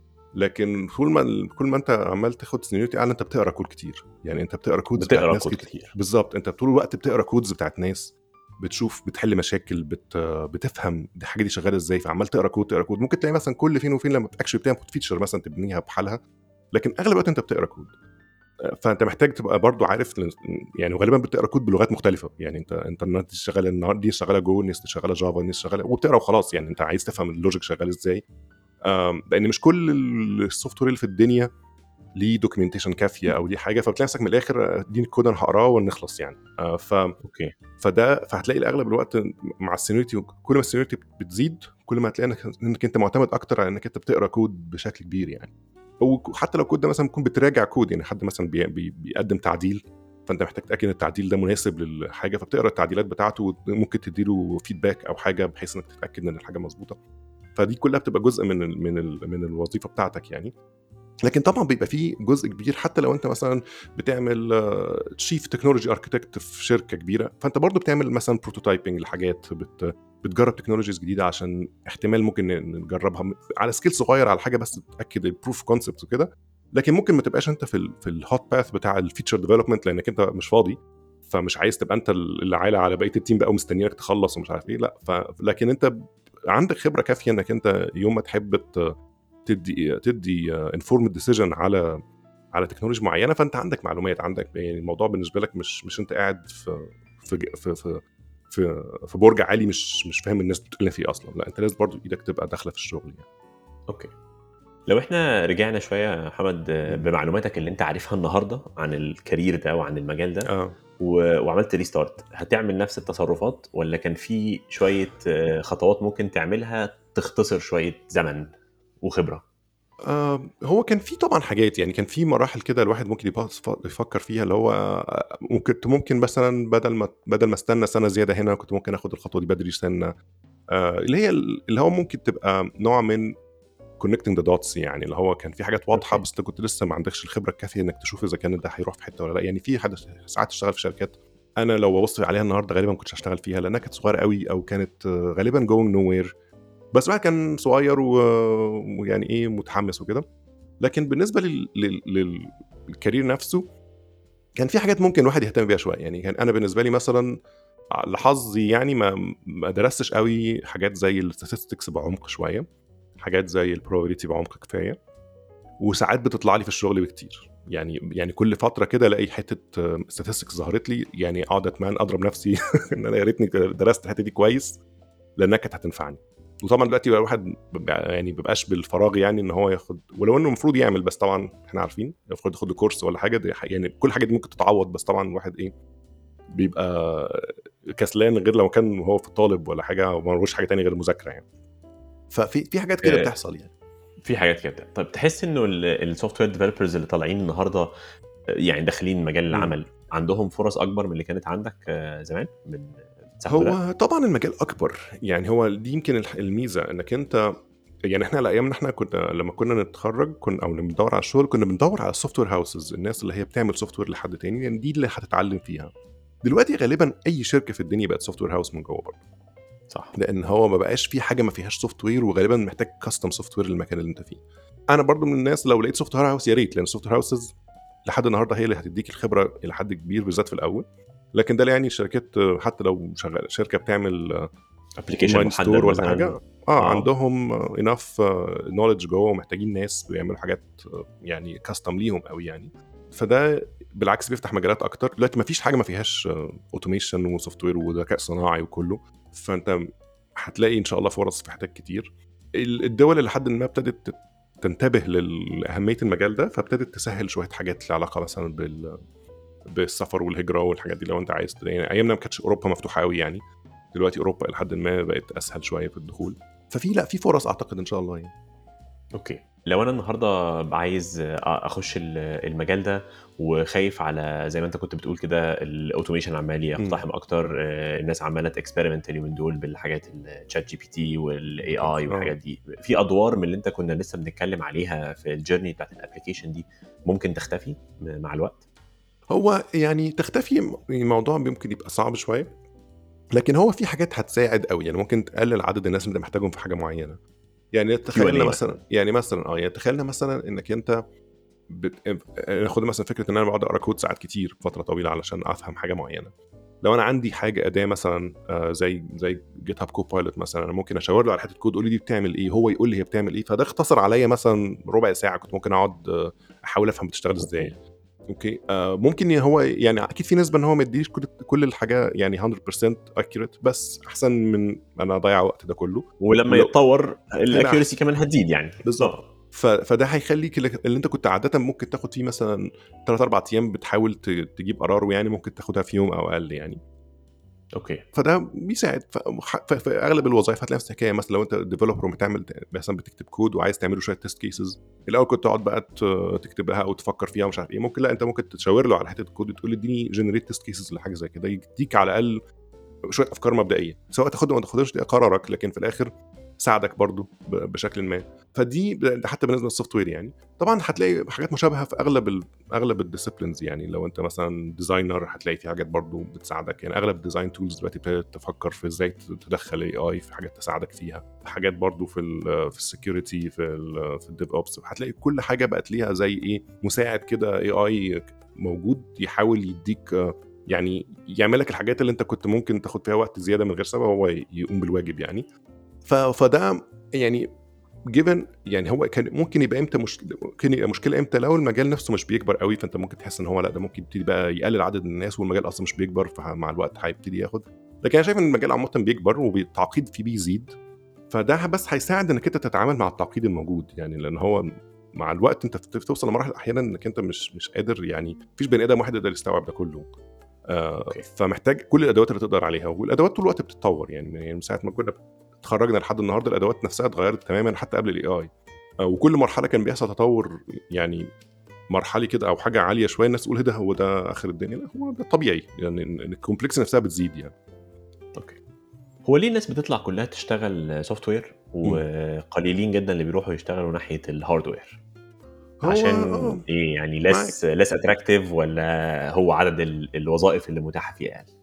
Speaker 2: لكن كل ما انت عمال تاخد سينيورتي اعلى انت بتقرا كود كتير. يعني انت بتقرا كودز بتاعت ناس كتير. بالظبط، انت طول الوقت بتقرا كودز بتاعت ناس، بتشوف، بتحل مشاكل، بتفهم دي حاجه دي شغاله ازاي، فعمال تقرا كود. ممكن تلاقي مثلا كل فين وفين لما اكشلي بتعمل فيتشر مثلا تبنيها بحالها، لكن اغلب الوقت انت بتقرا كود. فانت محتاج تبقى برضو عارف يعني، وغالبا بتقرا كود بلغات مختلفه. يعني انت النهارده شغاله، دي شغاله جو، الناس شغاله جافا، الناس شغاله، وبتقرا وخلاص. يعني انت عايز تفهم اللوجيك شغال ازاي، لان مش كل السوفت وير اللي في الدنيا ليه دوكيومنتيشن كافيه او ليه حاجه، فبتلاقي نفسك من الاخر دي الكود انا هقراه ونخلص يعني.
Speaker 3: اوكي.
Speaker 2: فهتلاقي اغلب الوقت مع السينيورتي، كل ما السينيورتي بتزيد كل ما هتلاقي انك انت معتمد اكتر على انك انت بتقرا كود بشكل كبير يعني. وحتى لو الكود ده مثلا بتكون بتراجع كود، يعني حد مثلا بيقدم تعديل، فانت محتاج تتاكد ان التعديل ده مناسب للحاجه، فبتقرا التعديلات بتاعته وممكن تديله فيدباك او حاجه بحيث انك تتاكد ان الحاجه مظبوطه. فدي كلها بتبقى جزء من الوظيفه بتاعتك يعني. لكن طبعا بيبقى فيه جزء كبير حتى لو انت مثلا بتعمل تشيف تكنولوجي اركتكت في شركه كبيره، فانت برضو بتعمل مثلا بروتوتايبنج لحاجات، بتجرب تكنولوجيز جديده عشان احتمال ممكن نجربها على سكيل صغير على حاجه بس تتاكد البروف كونسبت وكده. لكن ممكن ما تبقاش انت في الهوت باث بتاع الفيتشر ديفلوبمنت لانك انت مش فاضي، فمش عايز تبقى انت اللي عايله على بقيه التيم بقى ومستنيك تخلص ومش عارف ايه. لا لكن انت عندك خبره كافيه انك انت يوم ما تحب تدي انفورمد ديسيجن على تكنولوجيا معينه، فانت عندك معلومات، عندك يعني الموضوع بالنسبه لك مش انت قاعد في برج عالي مش فاهم الناس بتقول فيه اصلا. لا، انت لازم برضو ايدك تبقى داخله في الشغل يعني.
Speaker 3: اوكي. لو احنا رجعنا شويه يا محمد بمعلوماتك اللي انت عارفها النهارده عن الكارير ده وعن المجال ده، وعملت ريستارت، هتعمل نفس التصرفات ولا كان في شويه خطوات ممكن تعملها تختصر شويه زمن وخبره؟
Speaker 2: هو كان في طبعا حاجات، يعني كان في مراحل كده الواحد ممكن يفكر فيها، اللي هو ممكن مثلا بدل ما استنى سنه زياده هنا، كنت ممكن اخد الخطوه دي بدري سنه. اللي هو ممكن تبقى نوع من connecting the dots، يعني اللي هو كان في حاجات واضحه
Speaker 3: أوكي.
Speaker 2: بس انت كنت لسه ما عندكش الخبره الكافيه انك تشوف اذا كان ده هيروح في حته ولا لا. يعني في حد ساعات اشتغل في شركات انا لو ببص عليها النهارده غالبا ما كنتش هشتغل فيها لانها كانت صغيره قوي، او كانت غالبا going nowhere، بس بقى كان صغير ويعني ايه متحمس وكده. لكن بالنسبه للكارير نفسه كان في حاجات ممكن الواحد يهتم بيها شويه. يعني كان انا بالنسبه لي مثلا لحظي يعني ما درستش قوي حاجات زي الستاتستكس بعمق شويه، حاجات زي البروبابيلتي بعمق كفايه، وساعات بتطلع لي في الشغل بكتير. يعني كل فتره كده الاقي حته statistics ظهرت لي، يعني اقعد اضرب نفسي ان انا يا ريتني درست الحته دي كويس لانها كانت هتنفعني. وطبعا دلوقتي بقى الواحد يعني بيبقاش بالفراغ يعني ان هو ياخد، ولو انه المفروض يعمل، بس طبعا احنا عارفين المفروض ياخد كورس ولا حاجه دي، يعني كل حاجه دي ممكن تتعوض، بس طبعا الواحد ايه بيبقى كسلان غير لو كان هو في طالب ولا حاجه وما لهوش حاجه تانية غير المذاكره يعني. ففي حاجات كده بتحصل يعني.
Speaker 3: في حاجات كده. طيب تحس انه السوفت وير ديفلوبرز اللي طالعين النهارده يعني داخلين مجال العمل عندهم فرص اكبر من اللي كانت عندك زمان من ساعه بدأت؟
Speaker 2: هو طبعا المجال اكبر، يعني هو دي يمكن الميزه انك انت، يعني احنا على ايامنا احنا كنا لما كنا نتخرج او بندور على الشغل كنا بندور على السوفت وير هاوسز، الناس اللي هي بتعمل سوفت وير لحد تاني، يعني دي اللي هتتعلم فيها. دلوقتي غالبا اي شركه في الدنيا بقت سوفت وير هاوس من جوه برضه،
Speaker 3: صح.
Speaker 2: لان هو ما بقاش في حاجه ما فيهاش سوفت وير، وغالبا محتاج كاستم سوفت وير للمكان اللي انت فيه. انا برضو من الناس لو لقيت سوفت وير هاوس يا ريت، لان السوفت وير هاوسز لحد النهارده هي اللي هتديك الخبره الى حد كبير بالذات في الاول. لكن ده يعني الشركات حتى لو شغال شركه بتعمل
Speaker 3: ابلكيشن
Speaker 2: اونلاين
Speaker 3: محدد
Speaker 2: ستور ولا
Speaker 3: مثلا.
Speaker 2: حاجه عندهم انف نوليدج جوه، ومحتاجين ناس بيعملوا حاجات يعني كاستم ليهم قوي يعني. فده بالعكس بيفتح مجالات اكتر. دلوقتي ما فيش حاجه ما فيهاش اوتوميشن وسوفت وير وذكاء صناعي وكله، فانت هتلاقي ان شاء الله فرص في حاجات كتير. الدول اللي لحد ما ابتدت تنتبه لأهمية المجال ده، فابتدت تسهل شوية حاجات لها علاقة مثلا بالسفر والهجرة والحاجات دي. لو انت عايز يعني ايامنا ما كانتش اوروبا مفتوحة قوي يعني، دلوقتي اوروبا لحد ما بقت اسهل شوية في الدخول. في فرص اعتقد ان شاء الله يعني.
Speaker 3: اوكي. لو انا النهارده عايز اخش المجال ده وخايف على زي ما انت كنت بتقول كده الاوتوميشن عمال يقتحم اكتر، الناس عماله تكسبيرمنت اليومين دول بالحاجات الشات جي بي تي والاي اي والحاجات دي، في ادوار من اللي انت كنا لسه بنتكلم عليها في الجيرني بتاعت الابلكيشن دي ممكن تختفي مع الوقت؟
Speaker 2: هو يعني تختفي الموضوع ممكن يبقى صعب شوية، لكن هو في حاجات هتساعد قوي. يعني ممكن تقلل عدد الناس اللي محتاجهم في حاجة معينة. يعني تخيلنا مثلا يعني تخيلنا مثلا انك انت ناخد مثلا فكره ان انا بقعد اقرا كود ساعات كتير فتره طويله علشان افهم حاجه معينه. لو انا عندي حاجه اداه مثلا زي جيت هاب كوبايلوت مثلا، انا ممكن اشاور له على حته كود، اقول لي دي بتعمل ايه، هو يقول لي هي بتعمل ايه، فده اختصر عليا مثلا ربع ساعه كنت ممكن اقعد احاول افهم بتشتغل ازاي. اوكي ممكن هو يعني اكيد في نسبه ان هو ما يديش كل الحاجه يعني 100% accurate، بس احسن من انا اضيع وقت ده كله.
Speaker 3: ولما يتطور الاكيورسي كمان هتزيد يعني.
Speaker 2: بالظبط. فده هيخليك اللي انت كنت عاده ممكن تاخد فيه مثلا 3-4 ايام بتحاول تجيب قرار، يعني ممكن تاخدها في يوم او اقل يعني.
Speaker 3: اوكي.
Speaker 2: فده بيساعد في اغلب الوظائف. هتلاقي نفس الحكايه مثلا لو انت ديفلوبر وبتعمل مثلا بتكتب كود وعايز تعمله شويه تيست كيسز، الاول كنت تقعد بقى تكتبها او تفكر فيها ومش عارف ايه. ممكن لا، انت ممكن تشاور له على حته كود وتقول له اديني جنريت تيست كيسز لحاجه زي كده، يديك على الاقل شويه افكار مبدئيه، سواء تاخدهم او ما تاخدهمش دي قرارك، لكن في الاخر ساعدك برضو بشكل ما. فدي حتى بالنسبه للسوفت وير يعني. طبعا هتلاقي حاجات مشابهه في اغلب الديسيبلينز. يعني لو انت مثلا ديزاينر هتلاقي في حاجات برضو بتساعدك. يعني اغلب الديزاين تولز دلوقتي ابتدت تفكر في ازاي تدخل اي اي في حاجات تساعدك فيها، حاجات برضو في السكيورتي في الديف اوبس. هتلاقي كل حاجه بقت ليها زي ايه مساعد كده اي اي موجود يحاول يديك يعني يعمل لك الحاجات اللي انت كنت ممكن تاخد فيها وقت زياده من غير سبب، هو يقوم بالواجب يعني. فده يعني جيفن يعني هو كان ممكن يبقى ممكن يبقى مشكله امتى لو المجال نفسه مش بيكبر قوي، فانت ممكن تحس ان هو لا، ده ممكن يبتدي بقى يقلل عدد الناس والمجال اصلا مش بيكبر، فمع الوقت هيبتدي ياخد. لكن انا شايف ان المجال عامه بيكبر والتعقيد فيه بيزيد، فده بس هيساعد انك انت تتعامل مع التعقيد الموجود يعني. لان هو مع الوقت انت بتوصل لمراحل احيانا انك انت مش قادر، يعني مفيش بني ادم واحد يقدر يستوعب ده كله. فمحتاج كل الادوات اللي تقدر عليها، والادوات طول الوقت بتتطور يعني من ساعه ما كنا اتخرجنا لحد النهارده الادوات نفسها اتغيرت تماما حتى قبل الاي اي. وكل مرحله كان بيحصل تطور يعني مرحلي كده او حاجه عاليه شويه، الناس تقول ده هو ده اخر الدنيا. لا، هو ده طبيعي يعني، ان الكومبلكس نفسها بتزيد يعني.
Speaker 3: اوكي. هو ليه الناس بتطلع كلها تشتغل سوفت وير وقليلين جدا اللي بيروحوا يشتغلوا ناحيه الهاردوير؟
Speaker 2: هو
Speaker 3: عشان ايه يعني؟
Speaker 2: معاك.
Speaker 3: less attractive، ولا هو عدد الوظائف اللي متاحه فيه اقل؟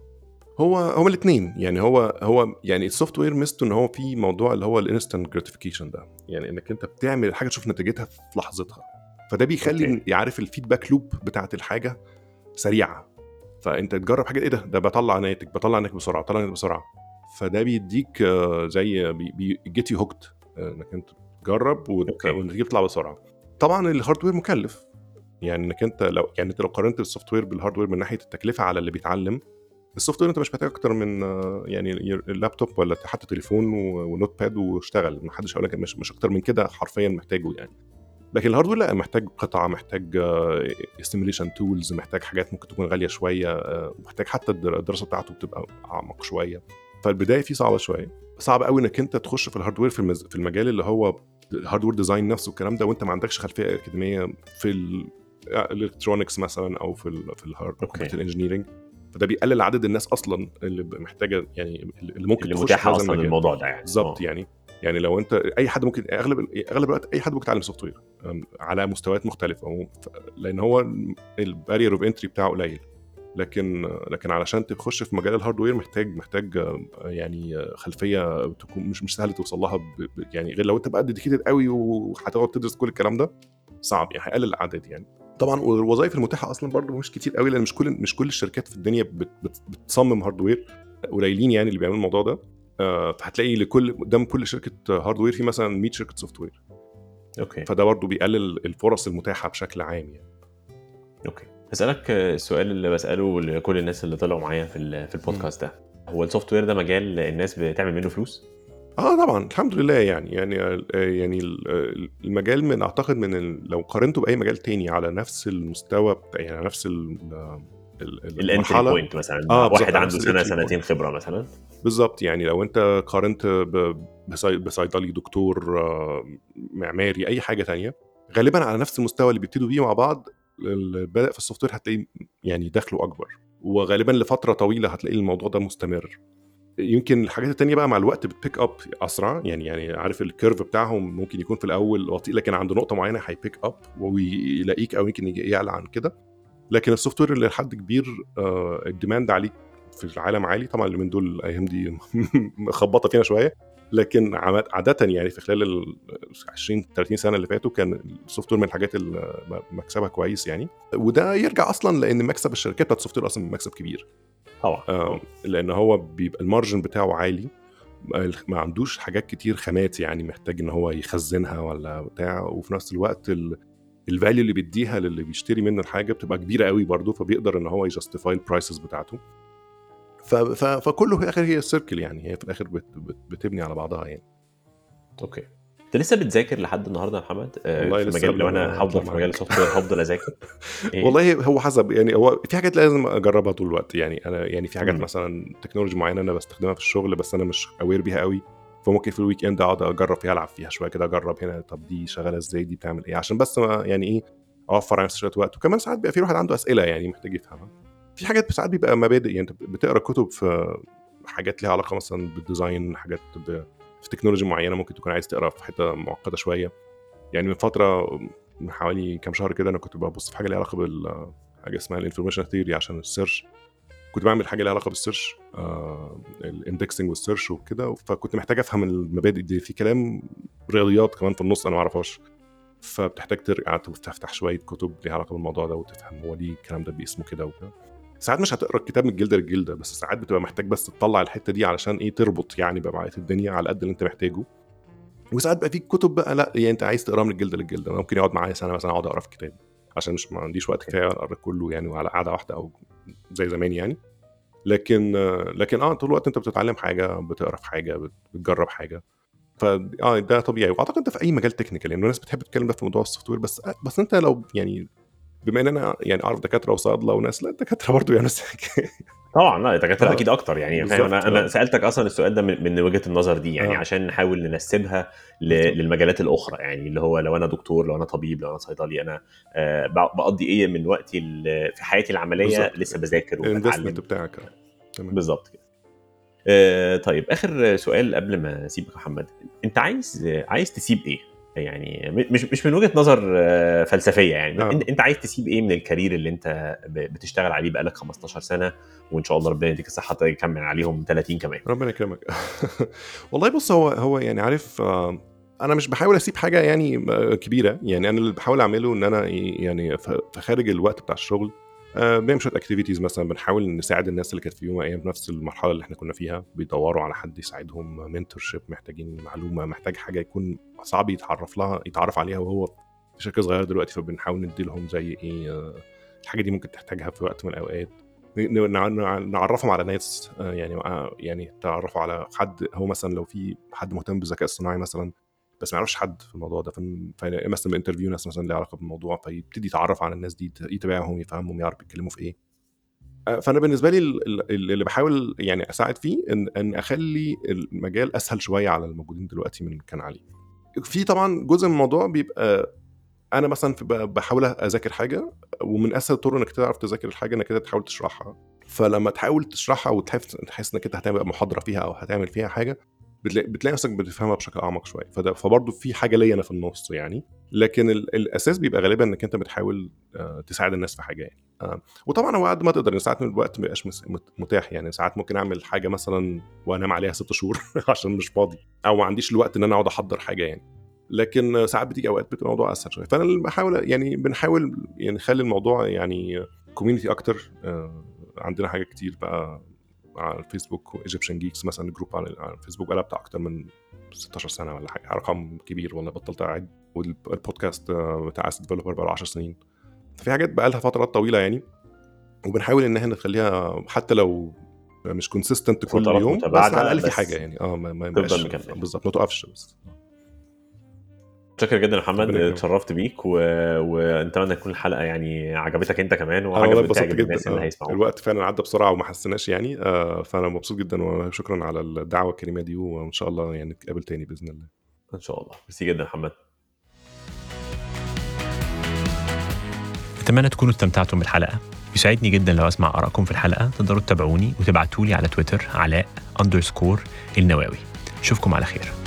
Speaker 2: هو الاثنين يعني. هو يعني السوفت وير ميزته ان هو في موضوع اللي هو الانستنت جراتيفيكيشن ده، يعني انك انت بتعمل الحاجه تشوف نتيجتها في لحظتها، فده بيخلي
Speaker 3: أوكي.
Speaker 2: يعرف الفيدباك لوب بتاعت الحاجه سريعه. فانت تجرب حاجه، ايه ده بطلع ناتج بسرعه، فده بيديك زي جيت يو هوكت، انك انت تجرب
Speaker 3: أوكي.
Speaker 2: والنتيجه بتطلع بسرعه. طبعا الهاردوير مكلف، يعني انك انت لو قارنت السوفت وير بالهاردوير من ناحيه التكلفه على اللي بيتعلم، السوفت وير انت مش محتاج اكتر من يعني اللابتوب ولا حتى تليفون ونوت باد واشتغل. ما حدش هيقول لك مش اكتر من كده حرفيا محتاجه يعني. لكن الهاردوير لا، محتاج قطع، محتاج استيميليشن تولز، محتاج حاجات ممكن تكون غاليه شويه، محتاج حتى الدراسه بتاعته بتبقى اعمق شويه. فالبدايه فيه صعبه شويه، صعب قوي انك انت تخش في الهاردوير في المجال اللي هو الهاردوير ديزاين نفسه الكلام ده، وانت ما عندكش خلفيه اكاديميه في الالكترونكس مثلا او في الكمبيوتر انجينيرنج. فده بيقلل عدد الناس اصلا اللي محتاجه يعني، اللي ممكن
Speaker 3: اللي
Speaker 2: تخش في
Speaker 3: متاحه
Speaker 2: هذا
Speaker 3: اصلا
Speaker 2: المجال.
Speaker 3: الموضوع ده يعني.
Speaker 2: بالظبط يعني لو انت اي حد ممكن، اغلب الوقت اي حد ممكن يتعلم سوفت وير على مستويات مختلفه، لان هو البارير اوف انتري بتاعه قليل. لكن علشان تخش في مجال الهاردوير محتاج يعني خلفيه تكون مش سهل توصل لها يعني، غير لو انت بقى ديديكيتد قوي وهتقعد تدرس كل الكلام ده، صعب يعني، هيقلل الاعداد يعني. طبعا والوظائف المتاحه اصلا برضو مش كتير قوي، لان مش كل الشركات في الدنيا بتصمم هاردوير، قليلين يعني اللي بيعملوا الموضوع ده. فهتلاقي قدام كل شركه هاردوير في مثلا 100 شركه سوفت وير.
Speaker 3: اوكي.
Speaker 2: فده برضو بيقلل الفرص المتاحه بشكل عام يعني.
Speaker 3: اوكي. هسألك السؤال اللي بسأله لكل الناس اللي طلعوا معايا في البودكاست ده، هو السوفت وير ده مجال الناس بتعمل منه فلوس؟
Speaker 2: طبعا الحمد لله يعني المجال من اعتقد لو قارنته باي مجال تاني على نفس المستوى يعني نفس
Speaker 3: الانتري
Speaker 2: المرحله.
Speaker 3: بوينت مثلا،
Speaker 2: بالظبط،
Speaker 3: واحد
Speaker 2: على
Speaker 3: عنده
Speaker 2: نفس
Speaker 3: سنه
Speaker 2: الentry
Speaker 3: سنتين
Speaker 2: point.
Speaker 3: خبره مثلا.
Speaker 2: بالظبط، يعني لو انت قارنت بصيدلي، دكتور، معماري، اي حاجه تانية، غالبا على نفس المستوى اللي بيبتدوا بيه مع بعض، اللي بدأ في السوفت وير هتلاقي يعني دخله اكبر، وغالبا لفتره طويله هتلاقي الموضوع ده مستمر. يمكن الحاجات التانية بقى مع الوقت بتبيك اب اسرع، يعني عارف الكيرف بتاعهم ممكن يكون في الاول بطيء، لكن عند نقطه معينه هيبيك اب ويلاقيك، او يمكن يعلى عن كده. لكن السوفت وير اللي لحد كبير الديماند عليه في العالم عالي طبعا، اللي من دول الايام دي مخبطه فينا شويه، لكن عاده يعني في خلال ال 20-30 سنه اللي فاتوا كان السوفت وير من الحاجات اللي مكسبها كويس يعني. وده يرجع اصلا لان مكسب الشركات بتاعت السوفت وير اصلا مكسب كبير
Speaker 3: طبعا.
Speaker 2: لان هو بيبقى المارجن بتاعه عالي، ما عندوش حاجات كتير خامات يعني محتاج ان هو يخزنها ولا بتاع، وفي نفس الوقت الفاليو اللي بيديها للي بيشتري منه الحاجه بتبقى كبيره قوي برضه، فبيقدر ان هو يجاستيفاي البرايسز بتاعته. فكله في الاخر هي السيركل يعني، هي في الاخر بتبني على بعضها يعني.
Speaker 3: اوكي. انت لسه بتذاكر لحد النهارده يا محمد؟
Speaker 2: والله
Speaker 3: في
Speaker 2: لسه
Speaker 3: مجال، لو
Speaker 2: قبل
Speaker 3: انا
Speaker 2: ما
Speaker 3: هفضل
Speaker 2: اطلع
Speaker 3: في مجال
Speaker 2: معاك
Speaker 3: السوفت وير هفضل اذاكر؟ إيه؟
Speaker 2: والله هو حسب يعني، هو في حاجات لازم اجربها طول الوقت يعني. انا يعني في حاجات مثلا تكنولوجي معينه انا بستخدمها في الشغل بس انا مش اوير بيها قوي، فممكن في الويك اند اقعد اجرب فيها، العب فيها شويه كده، اجرب هنا طب دي شغاله ازاي، دي بتعمل ايه، عشان بس ما يعني ايه اوفر على نفسي شويه وقت. وكمان ساعات بيبقى في واحد عنده اسئله يعني محتاج يفهمها. في حاجات ساعات بيبقى مبادئ يعني، انت بتقرا كتب في حاجات ليها علاقه مثلا بالديزاين، حاجات في تكنولوجي معينه ممكن تكون عايز تقرا في حته معقده شويه يعني. من فتره، من حوالي كام شهر كده، انا كنت ببص في حاجه ليها علاقه حاجه اسمها الانفورميشن ثيوري عشان السيرش. كنت بعمل حاجه ليها علاقه بالسيرش، الاندكسنج والسيرش وكده، فكنت محتاج افهم المبادئ دي. في كلام رياضيات كمان في النص انا ما اعرفهاش، فبتحتاج ترجع تفتح شويه كتب ليها علاقه بالموضوع ده وتفهم هو ليه الكلام ده باسمه كده وكده. ساعات مش هتقرا الكتاب من الجلده للجلده، بس ساعات بتبقى محتاج بس تطلع الحته دي علشان ايه تربط يعني بقى الدنيا على قد اللي انت محتاجه. وساعات بقى في كتب بقى لا يعني انت عايز تقرا من الجلده للجلده، ممكن يقعد معايا سنه مثلا اقعد اقرا في كتاب عشان مش ما عنديش وقت كفايه اقرا كله يعني، وعلى قعده واحده او زي زمان يعني. لكن طول الوقت انت بتتعلم حاجه، بتقرا في حاجه، بتجرب حاجه. ده طبيعي، واعتقد ده في اي مجال تكنيكال، لان الناس بتحب تتكلم ده في موضوع السوفت وير، بس انت لو يعني بما ان انا يعني اعرف دكاتره وصيادله وناس لا دكاتره برضو يعني
Speaker 3: طبعا لا الدكاتره اكيد اكتر يعني فاهم.
Speaker 2: بالظبط.
Speaker 3: انا سالتك اصلا السؤال ده من وجهه النظر دي يعني عشان نحاول ننسبها
Speaker 2: بالظبط.
Speaker 3: للمجالات الاخرى يعني اللي هو لو انا دكتور لو انا طبيب لو انا صيدلي انا بقضي ايه من وقتي في حياتي العمليه
Speaker 2: بالظبط.
Speaker 3: لسه بذاكر
Speaker 2: الانفستمنت
Speaker 3: وبتعلم
Speaker 2: بتاعك. تمام.
Speaker 3: بالظبط كده. طيب اخر سؤال قبل ما اسيبك محمد، انت عايز تسيب ايه يعني مش من وجهة نظر فلسفية يعني انت عايز تسيب ايه من الكارير اللي انت بتشتغل عليه بقالك 15 سنة وان شاء الله ربنا يديك الصحة تكمل عليهم 30 كمان؟
Speaker 2: ربنا يكرمك. والله بص هو يعني عارف انا مش بحاول اسيب حاجة يعني كبيرة يعني. انا اللي بحاول اعمله ان انا يعني في خارج الوقت بتاع الشغل بنعمل شويه اكتيفيتيز مثلا، بنحاول نساعد الناس اللي كانت في يوم ايام نفس المرحله اللي احنا كنا فيها، بيدوروا على حد يساعدهم، منتورشيب، محتاجين معلومه، محتاج حاجه يكون صعب يتعرف عليها وهو في شركه صغيره دلوقتي، فبنحاول ندي لهم زي ايه الحاجه دي ممكن تحتاجها في وقت من الاوقات، نعرفهم على ناس يعني تعرفوا على حد هو مثلا لو في حد مهتم بالذكاء الصناعي مثلا بس ما يعرفش حد في الموضوع ده، فمثلا انترفيو ناس مثلا ليها علاقه بالموضوع فيبتدي يتعرف على الناس دي، يتابعهم، يفهمهم، يعرف بيتكلموا في ايه. فانا بالنسبه لي اللي بحاول يعني اساعد فيه ان اخلي المجال اسهل شويه على الموجودين دلوقتي من كان عليه. في طبعا جزء من الموضوع بيبقى انا مثلا بحاول اذاكر حاجه، ومن اسهل الطرق انك تعرف تذاكر الحاجه انك تحاول تشرحها، فلما تحاول تشرحها وتحس انك انت هتعمل محاضره فيها او هتعمل فيها حاجه بتلاقي نفسك بتفهمها بشكل اعمق شويه، فبرضه في حاجه ليا انا في النص يعني، لكن الاساس بيبقى غالبا انك انت بتحاول تساعد الناس في حاجه يعني. وطبعا هو قد ما تقدر، ساعات من الوقت ما بيبقاش متاح يعني، ساعات ممكن اعمل حاجه مثلا وانام عليها 6 شهور عشان مش فاضي او ما عنديش الوقت ان انا اقعد احضر حاجه يعني، لكن ساعات بتيجي اوقات بتبقى الموضوع اسهل شويه. فانا بنحاول يعني نخلي الموضوع يعني كوميونتي اكتر. عندنا حاجه كتير بقى على الفيسبوك، ايجيبشن جيكس مثلا، جروب على الفيسبوك بقى بتاع اكتر من 16 سنه ولا حاجه، رقم كبير والله بطلت اعد، والبودكاست بتاع اسيد ديفلوبر بقى 10 سنين، ففي حاجات بقى لها فترات طويله يعني، وبنحاول ان احنا نخليها حتى لو مش كونسيستنت كل يوم بس على الاقل في حاجه يعني ما يبقاش بالظبط ما توقفش بس.
Speaker 3: شكرا جدا محمد، اتشرفت بيك وانتمنى تكون الحلقه يعني عجبتك انت كمان وعجبت الناس اللي هيسمعوها.
Speaker 2: الوقت فعلا عدى بسرعه وما حسناش يعني، فانا مبسوط جدا وشكرا على الدعوه الكريمه دي، وان شاء الله يعني نتقابل تاني باذن الله.
Speaker 3: ان شاء الله. ميرسي جدا محمد.
Speaker 1: اتمنى تكونوا استمتعتم بالحلقه. يسعدني جدا لو اسمع ارائكم في الحلقه. تقدروا تتابعوني وتبعتوا لي على تويتر علاء_النواوي. اشوفكم على خير.